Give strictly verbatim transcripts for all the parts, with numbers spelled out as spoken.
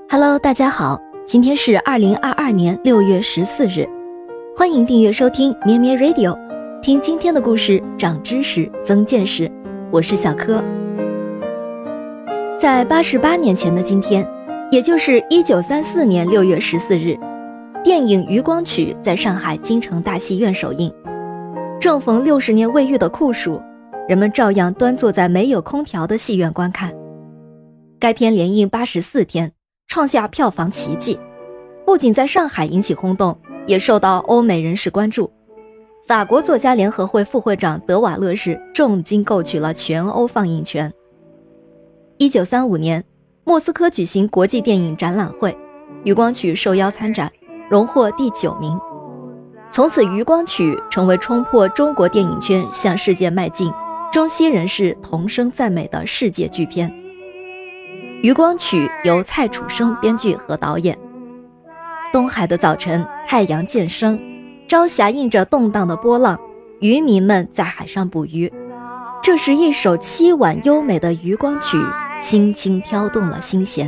Hello， 大家好，今天是二零二二年六月十四日，欢迎订阅收听咩咩 Radio， 听今天的故事，长知识，增见识。我是小柯。在八十八年前的今天，也就是一九三四年六月十四日，电影《渔光曲》在上海京城大戏院首映。正逢六十年未遇的酷暑，人们照样端坐在没有空调的戏院观看。该片连映八十四天，创下票房奇迹，不仅在上海引起轰动，也受到欧美人士关注。法国作家联合会副会长德瓦勒氏重金购取了全欧放映权。一九三五年，莫斯科举行国际电影展览会，《渔光曲》受邀参展，荣获第九名。从此，《渔光曲》成为冲破中国电影圈向世界迈进，中西人士同声赞美的世界巨片。《渔光曲》由蔡楚生编剧和导演。东海的早晨，太阳渐升，朝霞映着动荡的波浪，渔民们在海上捕鱼。这是一首凄婉优美的渔光曲，轻轻挑动了心弦。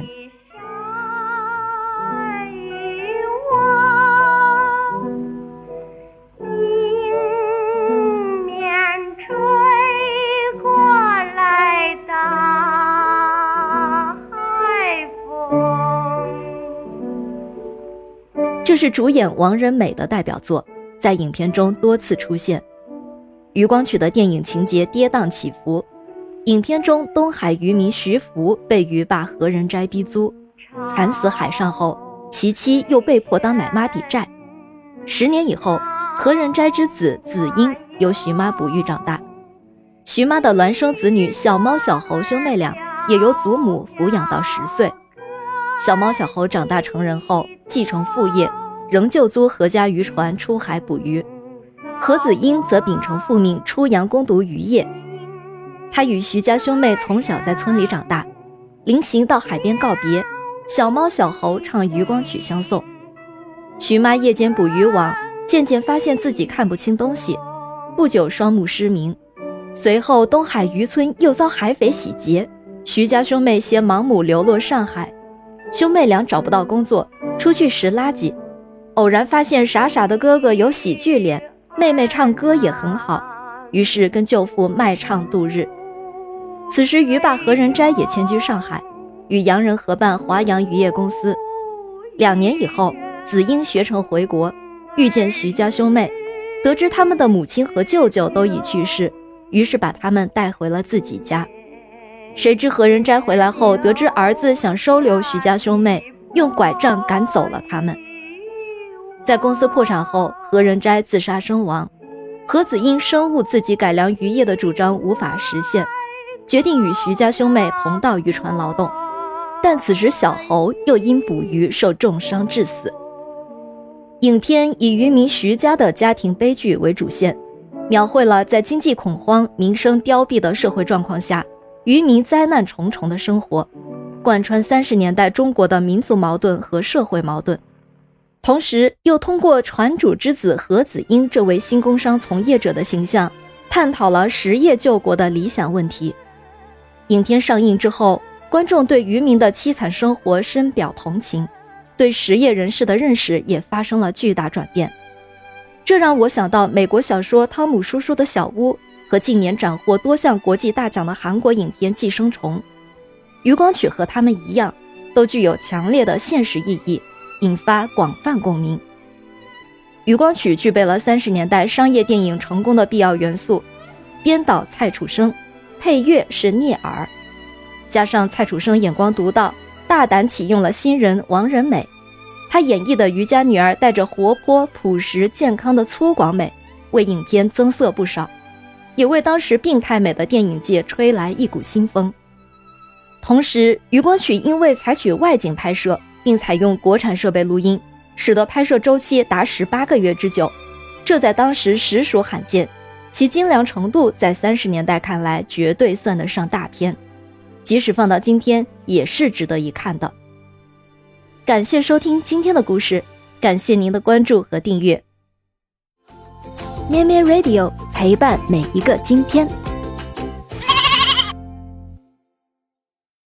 这是主演王仁美的代表作，在影片中多次出现。渔光曲的电影情节跌宕起伏，影片中东海渔民徐福被渔霸何仁斋逼租，惨死海上后，其妻又被迫当奶妈抵债。十年以后，何仁斋之子子英由徐妈哺育长大，徐妈的孪生子女小猫小猴兄妹俩也由祖母抚养到十岁。小猫小猴长大成人后，继承父业，仍旧租何家渔船出海捕鱼。何子英则秉承父命出洋攻读渔业。他与徐家兄妹从小在村里长大，临行到海边告别，小猫小猴唱渔光曲相送。徐妈夜间捕渔网，渐渐发现自己看不清东西，不久双目失明。随后东海渔村又遭海匪洗劫，徐家兄妹携盲母流落上海。兄妹俩找不到工作，出去拾垃圾，偶然发现傻傻的哥哥有喜剧脸，妹妹唱歌也很好，于是跟舅父卖唱度日。此时渔霸何仁斋也迁居上海，与洋人合办华洋渔业公司。两年以后，子英学成回国，遇见徐家兄妹，得知他们的母亲和舅舅都已去世，于是把他们带回了自己家。谁知何仁斋回来后，得知儿子想收留徐家兄妹，用拐杖赶走了他们。在公司破产后，何仁斋自杀身亡。何子英深悟自己改良渔业的主张无法实现，决定与徐家兄妹同到渔船劳动。但此时小猴又因捕鱼受重伤致死。影片以渔民徐家的家庭悲剧为主线，描绘了在经济恐慌、民生凋敝的社会状况下，渔民灾难重重的生活，贯穿三十年代中国的民族矛盾和社会矛盾。同时又通过船主之子何子英这位新工商从业者的形象，探讨了实业救国的理想问题。影片上映之后，观众对渔民的凄惨生活深表同情，对实业人士的认识也发生了巨大转变。这让我想到美国小说《汤姆叔叔的小屋》和近年斩获多项国际大奖的韩国影片《寄生虫》。渔光曲和他们一样，都具有强烈的现实意义，引发广泛共鸣。渔光曲具备了三十年代商业电影成功的必要元素，编导蔡楚生，配乐是聂耳，加上蔡楚生眼光独到，大胆启用了新人王仁美。他演绎的渔家女儿带着活泼、朴实、健康的粗犷美，为影片增色不少，也为当时病态美的电影界吹来一股新风。同时，渔光曲因为采取外景拍摄，并采用国产设备录音，使得拍摄周期达十八个月之久，这在当时实属罕见，其精良程度在三十年代看来绝对算得上大片，即使放到今天也是值得一看的。感谢收听今天的故事，感谢您的关注和订阅。咩咩 Radio 陪伴每一个今天。